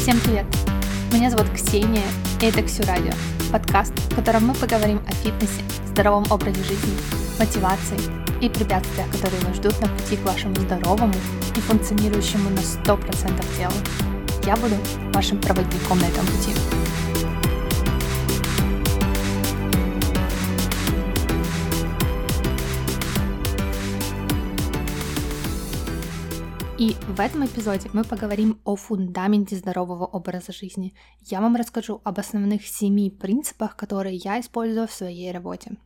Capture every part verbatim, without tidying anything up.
Всем привет! Меня зовут Ксения, и это Ксю Радио, подкаст, в котором мы поговорим о фитнесе, здоровом образе жизни, мотивации и препятствиях, которые вас ждут на пути к вашему здоровому и функционирующему на сто процентов телу. Я буду вашим проводником на этом пути. И в этом эпизоде мы поговорим о фундаменте здорового образа жизни. Я вам расскажу об основных семи принципах, которые я использую в своей работе.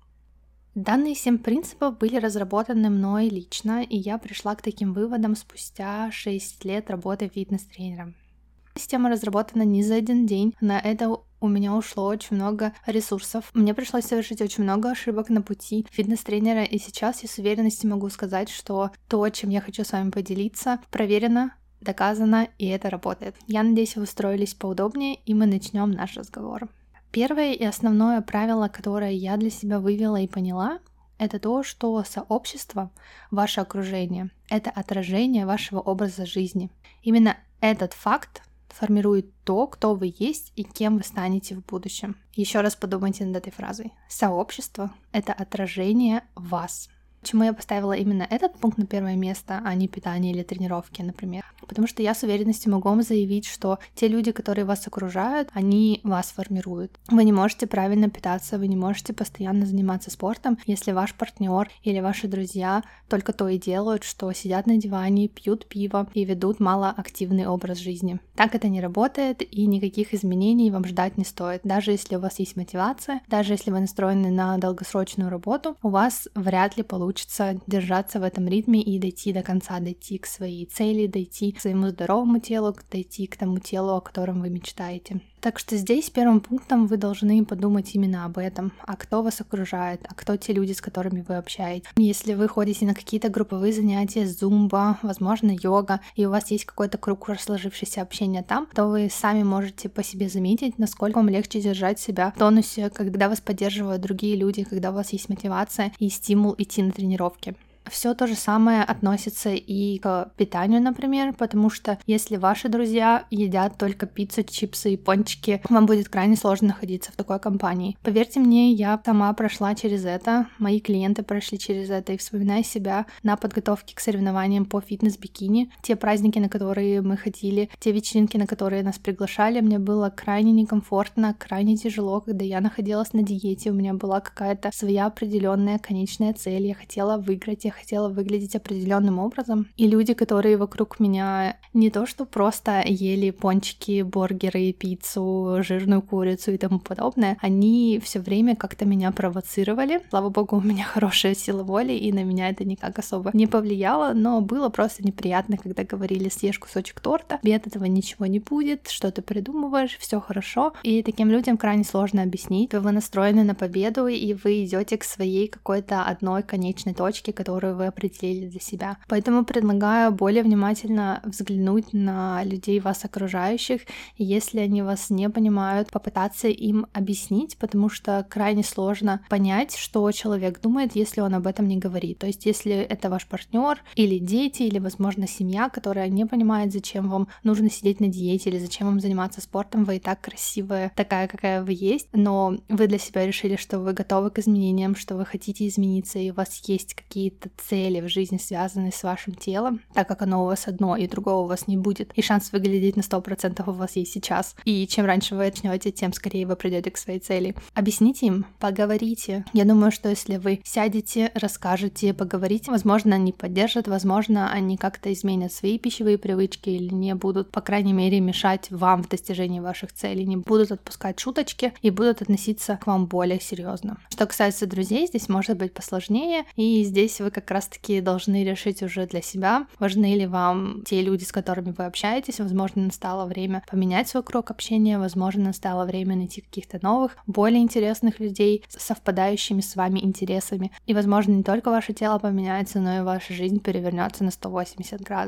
Данные семь принципов были разработаны мной лично, и я пришла к таким выводам спустя шесть лет работы фитнес-тренером. Система разработана не за один день, на это у меня ушло очень много ресурсов. Мне пришлось совершить очень много ошибок на пути фитнес-тренера, и сейчас я с уверенностью могу сказать, что то, чем я хочу с вами поделиться, проверено, доказано, и это работает. Я надеюсь, вы устроились поудобнее, и мы начнем наш разговор. Первое и основное правило, которое я для себя вывела и поняла, это то, что сообщество, ваше окружение, это отражение вашего образа жизни. Именно этот факт формирует то, кто вы есть и кем вы станете в будущем. Еще раз подумайте над этой фразой. Сообщество — это отражение вас. Почему я поставила именно этот пункт на первое место, а не питание или тренировки, например? Потому что я с уверенностью могу вам заявить, что те люди, которые вас окружают, они вас формируют. Вы не можете правильно питаться, вы не можете постоянно заниматься спортом, если ваш партнер или ваши друзья только то и делают, что сидят на диване, пьют пиво и ведут малоактивный образ жизни. Так это не работает, и никаких изменений вам ждать не стоит. Даже если у вас есть мотивация, даже если вы настроены на долгосрочную работу, у вас вряд ли получится Учиться держаться в этом ритме и дойти до конца, дойти к своей цели, дойти к своему здоровому телу, дойти к тому телу, о котором вы мечтаете. Так что здесь первым пунктом вы должны подумать именно об этом. А кто вас окружает, а кто те люди, с которыми вы общаетесь. Если вы ходите на какие-то групповые занятия, зумба, возможно, йога, и у вас есть какой-то круг сложившегося общения там, то вы сами можете по себе заметить, насколько вам легче держать себя в тонусе, когда вас поддерживают другие люди, когда у вас есть мотивация и стимул идти на тренировки. Все то же самое относится и к питанию, например, потому что если ваши друзья едят только пиццу, чипсы и пончики, вам будет крайне сложно находиться в такой компании. Поверьте мне, я сама прошла через это, мои клиенты прошли через это, и вспоминая себя на подготовке к соревнованиям по фитнес-бикини, те праздники, на которые мы ходили, те вечеринки, на которые нас приглашали, мне было крайне некомфортно, крайне тяжело, когда я находилась на диете, у меня была какая-то своя определенная конечная цель, я хотела выиграть, я хотела выглядеть определенным образом. И люди, которые вокруг меня не то что просто ели пончики, бургеры, пиццу, жирную курицу и тому подобное, они все время как-то меня провоцировали. Слава богу, у меня хорошая сила воли, и на меня это никак особо не повлияло, но было просто неприятно, когда говорили: съешь кусочек торта, без этого ничего не будет, что ты придумываешь, все хорошо. И таким людям крайне сложно объяснить, что вы настроены на победу, и вы идете к своей какой-то одной конечной точке, которую вы определили для себя. Поэтому предлагаю более внимательно взглянуть на людей, вас окружающих, и если они вас не понимают, попытаться им объяснить, потому что крайне сложно понять, что человек думает, если он об этом не говорит. То есть если это ваш партнер или дети, или, возможно, семья, которая не понимает, зачем вам нужно сидеть на диете, или зачем вам заниматься спортом, вы и так красивая, такая, какая вы есть, но вы для себя решили, что вы готовы к изменениям, что вы хотите измениться, и у вас есть какие-то цели в жизни, связанные с вашим телом, так как оно у вас одно и другого у вас не будет, и шанс выглядеть на сто процентов у вас есть сейчас. И чем раньше вы начнете, тем скорее вы придете к своей цели. Объясните им, поговорите. Я думаю, что если вы сядете, расскажете, поговорите, возможно, они поддержат, возможно, они как-то изменят свои пищевые привычки или не будут, по крайней мере, мешать вам в достижении ваших целей, не будут отпускать шуточки и будут относиться к вам более серьезно. Что касается друзей, здесь может быть посложнее, и здесь вы как раз-таки должны решить уже для себя, важны ли вам те люди, с которыми вы общаетесь. Возможно, настало время поменять свой круг общения, возможно, настало время найти каких-то новых, более интересных людей с совпадающими с вами интересами. И, возможно, не только ваше тело поменяется, но и ваша жизнь перевернется на сто восемьдесят градусов.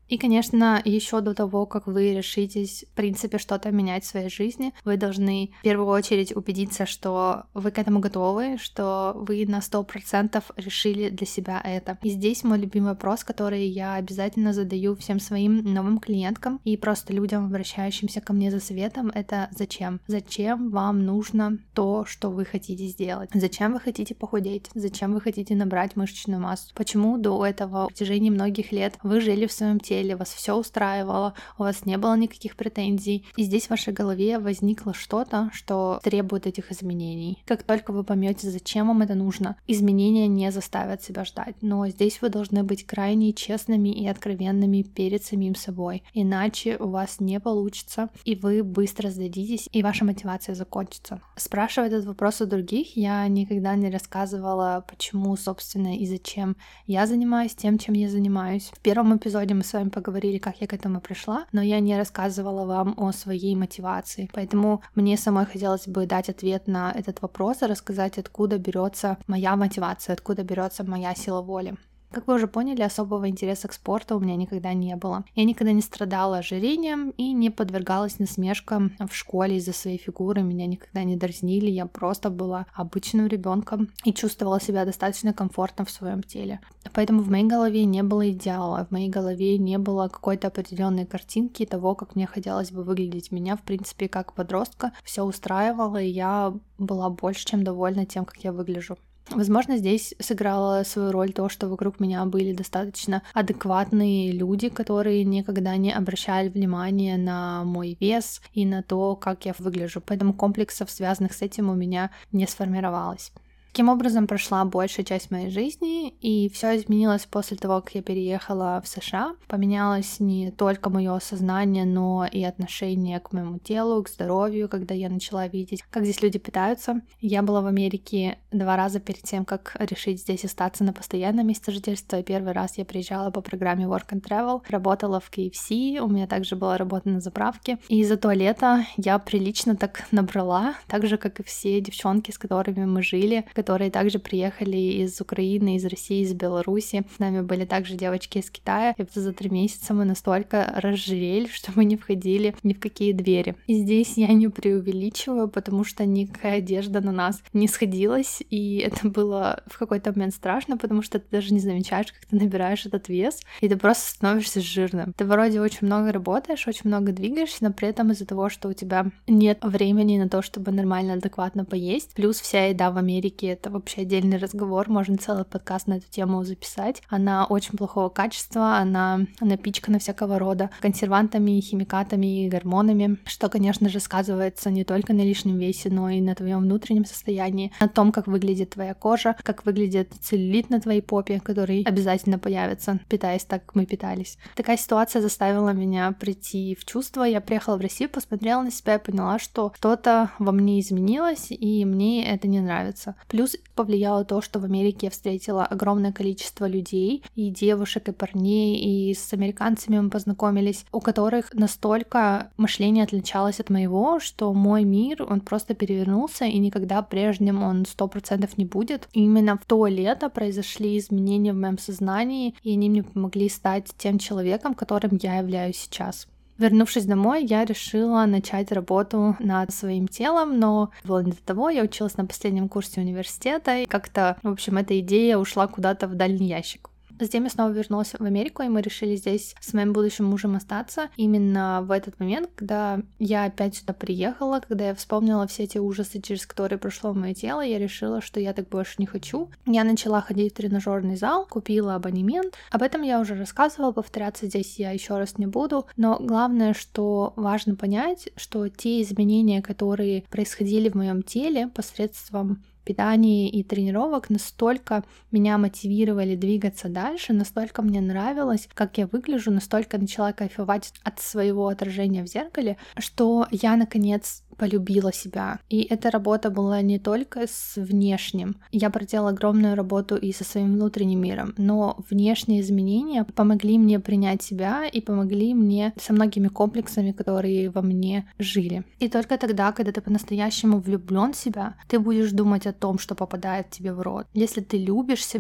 И, конечно, еще до того, как вы решитесь, в принципе, что-то менять в своей жизни, вы должны в первую очередь убедиться, что вы к этому готовы, что вы на сто процентов решили для себя это. И здесь мой любимый вопрос, который я обязательно задаю всем своим новым клиенткам и просто людям, обращающимся ко мне за советом, это зачем? Зачем вам нужно то, что вы хотите сделать? Зачем вы хотите похудеть? Зачем вы хотите набрать мышечную массу? Почему до этого в протяжении многих лет вы жили в своем теле, вас все устраивало, у вас не было никаких претензий, и здесь в вашей голове возникло что-то, что требует этих изменений. Как только вы поймете, зачем вам это нужно, изменения не заставят себя ждать. Но здесь вы должны быть крайне честными и откровенными перед самим собой, иначе у вас не получится, и вы быстро сдадитесь, и ваша мотивация закончится. Спрашивая этот вопрос у других, я никогда не рассказывала, почему, собственно, и зачем я занимаюсь тем, чем я занимаюсь. В первом эпизоде мы с вами поговорили, как я к этому пришла, но я не рассказывала вам о своей мотивации. Поэтому мне самой хотелось бы дать ответ на этот вопрос и рассказать, откуда берется моя мотивация, откуда берется моя сила воли. Как вы уже поняли, особого интереса к спорту у меня никогда не было. Я никогда не страдала ожирением и не подвергалась насмешкам в школе из-за своей фигуры. Меня никогда не дразнили, я просто была обычным ребенком и чувствовала себя достаточно комфортно в своем теле. Поэтому в моей голове не было идеала, в моей голове не было какой-то определенной картинки того, как мне хотелось бы выглядеть. Меня, в принципе, как подростка все устраивало, и я была больше чем довольна тем, как я выгляжу. Возможно, здесь сыграло свою роль то, что вокруг меня были достаточно адекватные люди, которые никогда не обращали внимания на мой вес и на то, как я выгляжу. Поэтому комплексов, связанных с этим, у меня не сформировалось. Таким образом прошла большая часть моей жизни, и все изменилось после того, как я переехала в США. Поменялось не только мое сознание, но и отношение к моему телу, к здоровью, когда я начала видеть, как здесь люди питаются. Я была в Америке два раза перед тем, как решить здесь остаться на постоянное место жительства. Первый раз я приезжала по программе Work and Travel, работала в кей эф си, у меня также была работа на заправке, и из-за туалета я прилично так набрала, так же, как и все девчонки, с которыми мы жили, которые также приехали из Украины, из России, из Беларуси. С нами были также девочки из Китая. И за три месяца мы настолько разжирели, что мы не входили ни в какие двери. И здесь я не преувеличиваю, потому что никакая одежда на нас не сходилась, и это было в какой-то момент страшно, потому что ты даже не замечаешь, как ты набираешь этот вес, и ты просто становишься жирным. Ты вроде очень много работаешь, очень много двигаешься, но при этом из-за того, что у тебя нет времени на то, чтобы нормально, адекватно поесть, плюс вся еда в Америке — это вообще отдельный разговор, можно целый подкаст на эту тему записать. Она очень плохого качества, она напичкана всякого рода консервантами, химикатами и гормонами, что, конечно же, сказывается не только на лишнем весе, но и на твоем внутреннем состоянии, на том, как выглядит твоя кожа, как выглядит целлюлит на твоей попе, который обязательно появится, питаясь так, как мы питались. Такая ситуация заставила меня прийти в чувство. Я приехала в Россию, посмотрела на себя и поняла, что что-то во мне изменилось, и мне это не нравится. Плюс повлияло то, что в Америке я встретила огромное количество людей, и девушек, и парней, и с американцами мы познакомились, у которых настолько мышление отличалось от моего, что мой мир, он просто перевернулся, и никогда прежним он сто процентов не будет. И именно в то лето произошли изменения в моем сознании, и они мне помогли стать тем человеком, которым я являюсь сейчас. Вернувшись домой, я решила начать работу над своим телом, но было не до того, я училась на последнем курсе университета, и как-то, в общем, эта идея ушла куда-то в дальний ящик. Затем я снова вернулась в Америку, и мы решили здесь с моим будущим мужем остаться. Именно в этот момент, когда я опять сюда приехала, когда я вспомнила все эти ужасы, через которые прошло мое тело, я решила, что я так больше не хочу. Я начала ходить в тренажерный зал, купила абонемент. Об этом я уже рассказывала, повторяться здесь я еще раз не буду. Но главное, что важно понять, что те изменения, которые происходили в моем теле посредством питания и тренировок, настолько меня мотивировали двигаться дальше, настолько мне нравилось, как я выгляжу, настолько начала кайфовать от своего отражения в зеркале, что я, наконец, полюбила себя. И эта работа была не только с внешним. Я проделала огромную работу и со своим внутренним миром, но внешние изменения помогли мне принять себя и помогли мне со многими комплексами, которые во мне жили. И только тогда, когда ты по-настоящему влюблен в себя, ты будешь думать о том, что попадает тебе в рот. Если ты любишь себя,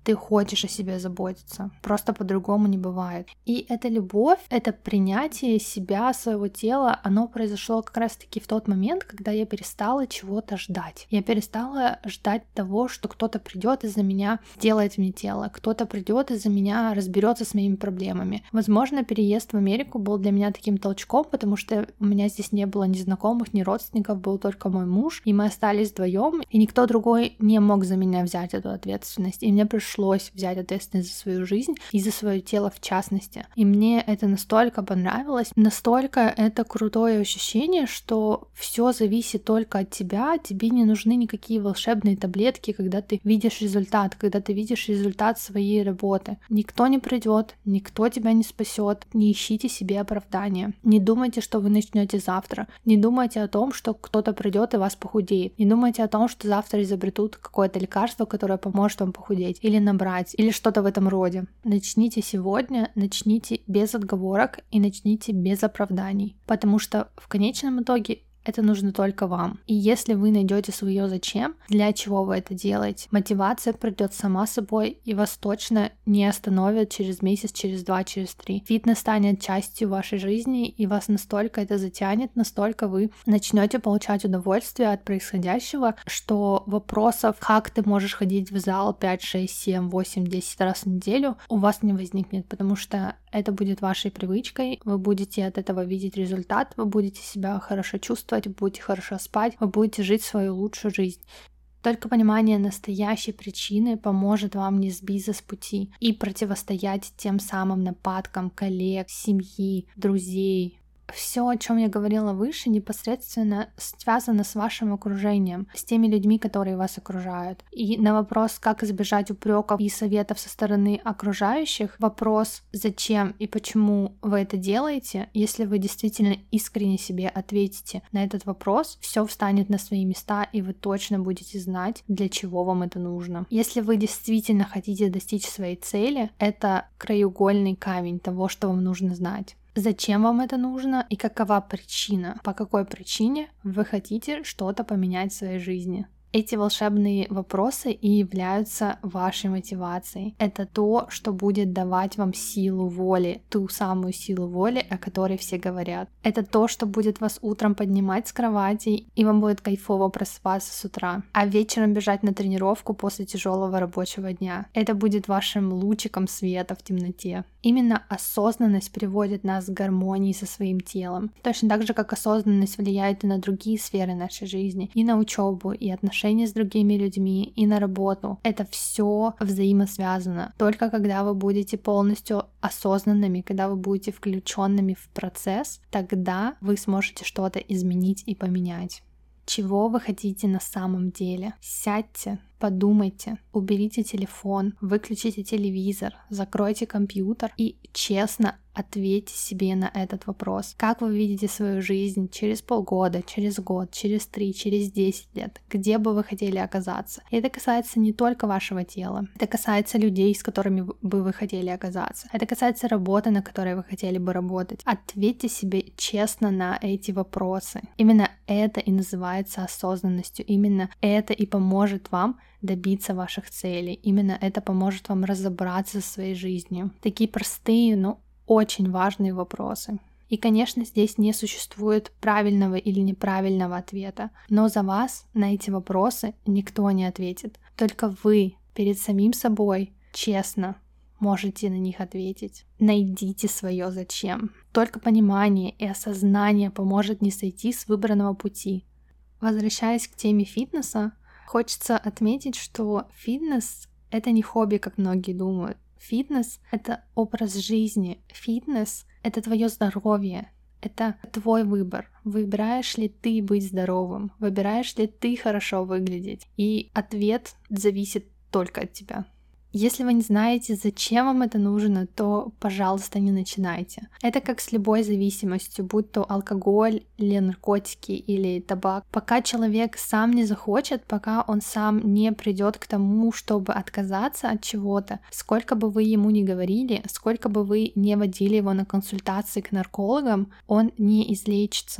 ты хочешь о себе заботиться. Просто по-другому не бывает. И эта любовь, это принятие себя, своего тела, оно произошло как раз-таки в тот момент, когда я перестала чего-то ждать. Я перестала ждать того, что кто-то придет и за меня делает мне тело, кто-то придет и за меня разберется с моими проблемами. Возможно, переезд в Америку был для меня таким толчком, потому что у меня здесь не было ни знакомых, ни родственников, был только мой муж, и мы остались вдвоем, и никто другой не мог за меня взять эту ответственность, и мне пришлось взять ответственность за свою жизнь и за свое тело в частности. И мне это настолько понравилось, настолько это крутое ощущение, что все зависит только от тебя, тебе не нужны никакие волшебные таблетки, когда ты видишь результат, когда ты видишь результат своей работы. Никто не придет, никто тебя не спасет, не ищите себе оправдания. Не думайте, что вы начнете завтра, не думайте о том, что кто-то придет и вас похудеет, не думайте о том, что завтра изобретут какое-то лекарство, которое поможет вам похудеть, или набрать, или что-то в этом роде. Начните сегодня, начните без отговорок и начните без оправданий, потому что в конечном итоге это нужно только вам. И если вы найдете свое зачем, для чего вы это делаете, мотивация придет сама собой, и вас точно не остановят через месяц, через два, через три. Фитнес станет частью вашей жизни, и вас настолько это затянет, настолько вы начнете получать удовольствие от происходящего, что вопросов, как ты можешь ходить в зал пять, шесть, семь, восемь, десять раз в неделю, у вас не возникнет, потому что это будет вашей привычкой, вы будете от этого видеть результат, вы будете себя хорошо чувствовать, вы будете хорошо спать, вы будете жить свою лучшую жизнь. Только понимание настоящей причины поможет вам не сбиться с пути и противостоять тем самым нападкам коллег, семьи, друзей. Все, о чем я говорила выше, непосредственно связано с вашим окружением, с теми людьми, которые вас окружают. И на вопрос, как избежать упреков и советов со стороны окружающих, вопрос, зачем и почему вы это делаете, если вы действительно искренне себе ответите на этот вопрос, все встанет на свои места, и вы точно будете знать, для чего вам это нужно. Если вы действительно хотите достичь своей цели, это краеугольный камень того, что вам нужно знать. Зачем вам это нужно и какова причина, по какой причине вы хотите что-то поменять в своей жизни. Эти волшебные вопросы и являются вашей мотивацией. Это то, что будет давать вам силу воли, ту самую силу воли, о которой все говорят. Это то, что будет вас утром поднимать с кровати, и вам будет кайфово просыпаться с утра, а вечером бежать на тренировку после тяжелого рабочего дня. Это будет вашим лучиком света в темноте. Именно осознанность приводит нас к гармонии со своим телом. Точно так же, как осознанность влияет и на другие сферы нашей жизни, и на учебу, и отношения с другими людьми, и на работу. Это все взаимосвязано. Только когда вы будете полностью осознанными, когда вы будете включенными в процесс, тогда вы сможете что-то изменить и поменять. Чего вы хотите на самом деле? Сядьте, подумайте, уберите телефон, выключите телевизор, закройте компьютер и честно ответьте себе на этот вопрос. Как вы видите свою жизнь через полгода, через год, через три, через десять лет? Где бы вы хотели оказаться? И это касается не только вашего тела. Это касается людей, с которыми бы вы хотели оказаться. Это касается работы, на которой вы хотели бы работать. Ответьте себе честно на эти вопросы. Именно это и называется осознанностью. Именно это и поможет вам добиться ваших целей. Именно это поможет вам разобраться со своей жизнью. Такие простые, но очень важные вопросы. И, конечно, здесь не существует правильного или неправильного ответа, но за вас на эти вопросы никто не ответит. Только вы перед самим собой честно можете на них ответить. Найдите свое зачем. Только понимание и осознание поможет не сойти с выбранного пути. Возвращаясь к теме фитнеса, хочется отметить, что фитнес — это не хобби, как многие думают. Фитнес — это образ жизни. Фитнес — это твое здоровье. Это твой выбор. Выбираешь ли ты быть здоровым? Выбираешь ли ты хорошо выглядеть? И ответ зависит только от тебя. Если вы не знаете, зачем вам это нужно, то, пожалуйста, не начинайте. Это как с любой зависимостью, будь то алкоголь или наркотики или табак. Пока человек сам не захочет, пока он сам не придет к тому, чтобы отказаться от чего-то, сколько бы вы ему ни говорили, сколько бы вы не водили его на консультации к наркологам, он не излечится.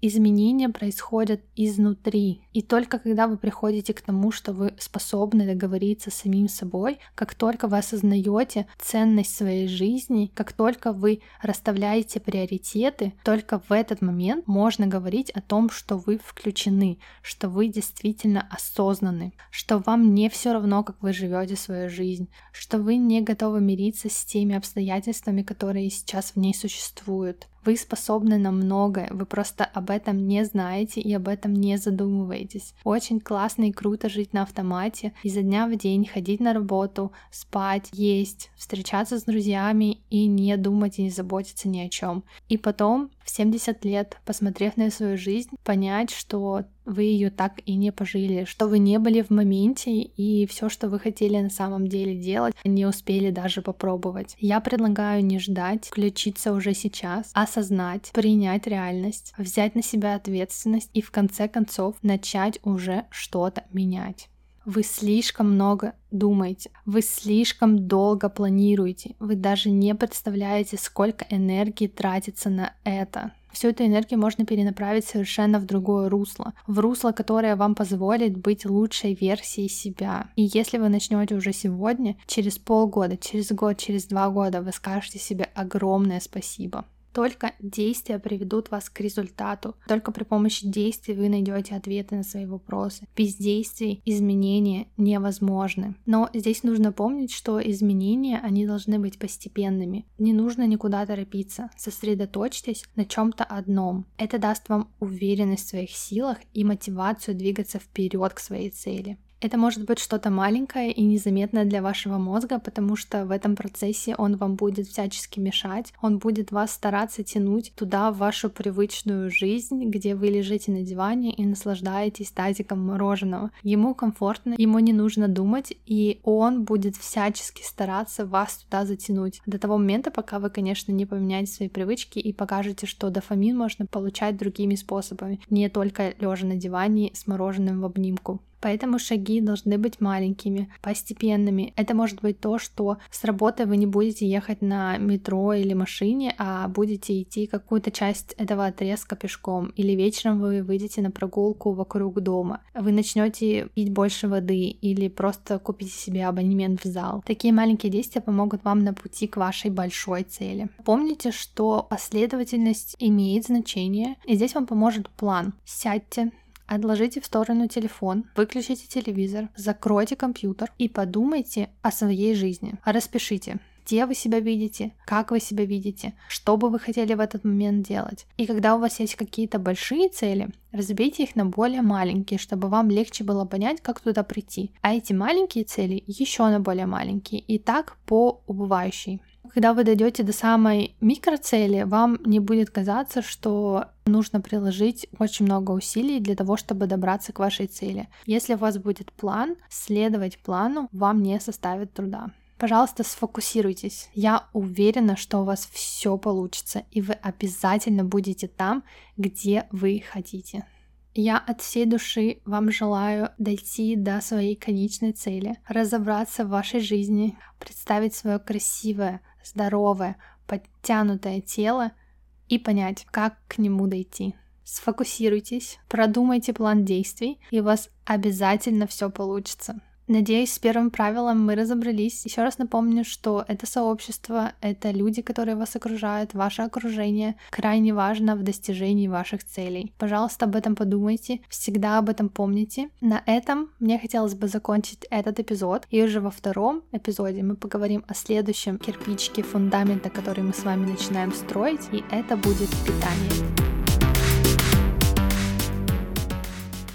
Изменения происходят изнутри. И только когда вы приходите к тому, что вы способны договориться с самим собой, как только вы осознаете ценность своей жизни, как только вы расставляете приоритеты, только в этот момент можно говорить о том, что вы включены, что вы действительно осознаны, что вам не все равно, как вы живете свою жизнь, что вы не готовы мириться с теми обстоятельствами, которые сейчас в ней существуют. Вы способны на многое, вы просто об этом не знаете и об этом не задумываетесь. Очень классно и круто жить на автомате, изо дня в день ходить на работу, спать, есть, встречаться с друзьями и не думать и не заботиться ни о чем. И потом, в семьдесят лет, посмотрев на свою жизнь, понять, что вы ее так и не пожили, что вы не были в моменте и все, что вы хотели на самом деле делать, не успели даже попробовать. Я предлагаю не ждать, включиться уже сейчас, осознать, принять реальность, взять на себя ответственность и в конце концов начать уже что-то менять. Вы слишком много думаете, вы слишком долго планируете, вы даже не представляете, сколько энергии тратится на это. Всю эту энергию можно перенаправить совершенно в другое русло, в русло, которое вам позволит быть лучшей версией себя. И если вы начнете уже сегодня, через полгода, через год, через два года вы скажете себе огромное спасибо. Только действия приведут вас к результату. Только при помощи действий вы найдете ответы на свои вопросы. Без действий изменения невозможны. Но здесь нужно помнить, что изменения, они должны быть постепенными. Не нужно никуда торопиться. Сосредоточьтесь на чем-то одном. Это даст вам уверенность в своих силах и мотивацию двигаться вперед к своей цели. Это может быть что-то маленькое и незаметное для вашего мозга, потому что в этом процессе он вам будет всячески мешать, он будет вас стараться тянуть туда, в вашу привычную жизнь, где вы лежите на диване и наслаждаетесь тазиком мороженого. Ему комфортно, ему не нужно думать, и он будет всячески стараться вас туда затянуть. До того момента, пока вы, конечно, не поменяете свои привычки и покажете, что дофамин можно получать другими способами, не только лежа на диване с мороженым в обнимку. Поэтому шаги должны быть маленькими, постепенными. Это может быть то, что с работы вы не будете ехать на метро или машине, а будете идти какую-то часть этого отрезка пешком. Или вечером вы выйдете на прогулку вокруг дома. Вы начнете пить больше воды или просто купите себе абонемент в зал. Такие маленькие действия помогут вам на пути к вашей большой цели. Помните, что последовательность имеет значение, и здесь вам поможет план. Сядьте, отложите в сторону телефон, выключите телевизор, закройте компьютер и подумайте о своей жизни. Распишите, где вы себя видите, как вы себя видите, что бы вы хотели в этот момент делать. И когда у вас есть какие-то большие цели, разбейте их на более маленькие, чтобы вам легче было понять, как туда прийти. А эти маленькие цели еще на более маленькие. И так по убывающей. Когда вы дойдете до самой микроцели, вам не будет казаться, что нужно приложить очень много усилий для того, чтобы добраться к вашей цели. Если у вас будет план, следовать плану вам не составит труда. Пожалуйста, сфокусируйтесь. Я уверена, что у вас все получится, и вы обязательно будете там, где вы хотите. Я от всей души вам желаю дойти до своей конечной цели, разобраться в вашей жизни, представить свое красивое, здоровое, подтянутое тело и понять, как к нему дойти. Сфокусируйтесь, продумайте план действий, и у вас обязательно все получится. Надеюсь, с первым правилом мы разобрались. Еще раз напомню, что это сообщество, это люди, которые вас окружают, ваше окружение крайне важно в достижении ваших целей. Пожалуйста, об этом подумайте, всегда об этом помните. На этом мне хотелось бы закончить этот эпизод, и уже во втором эпизоде мы поговорим о следующем кирпичике фундамента, который мы с вами начинаем строить, и это будет питание.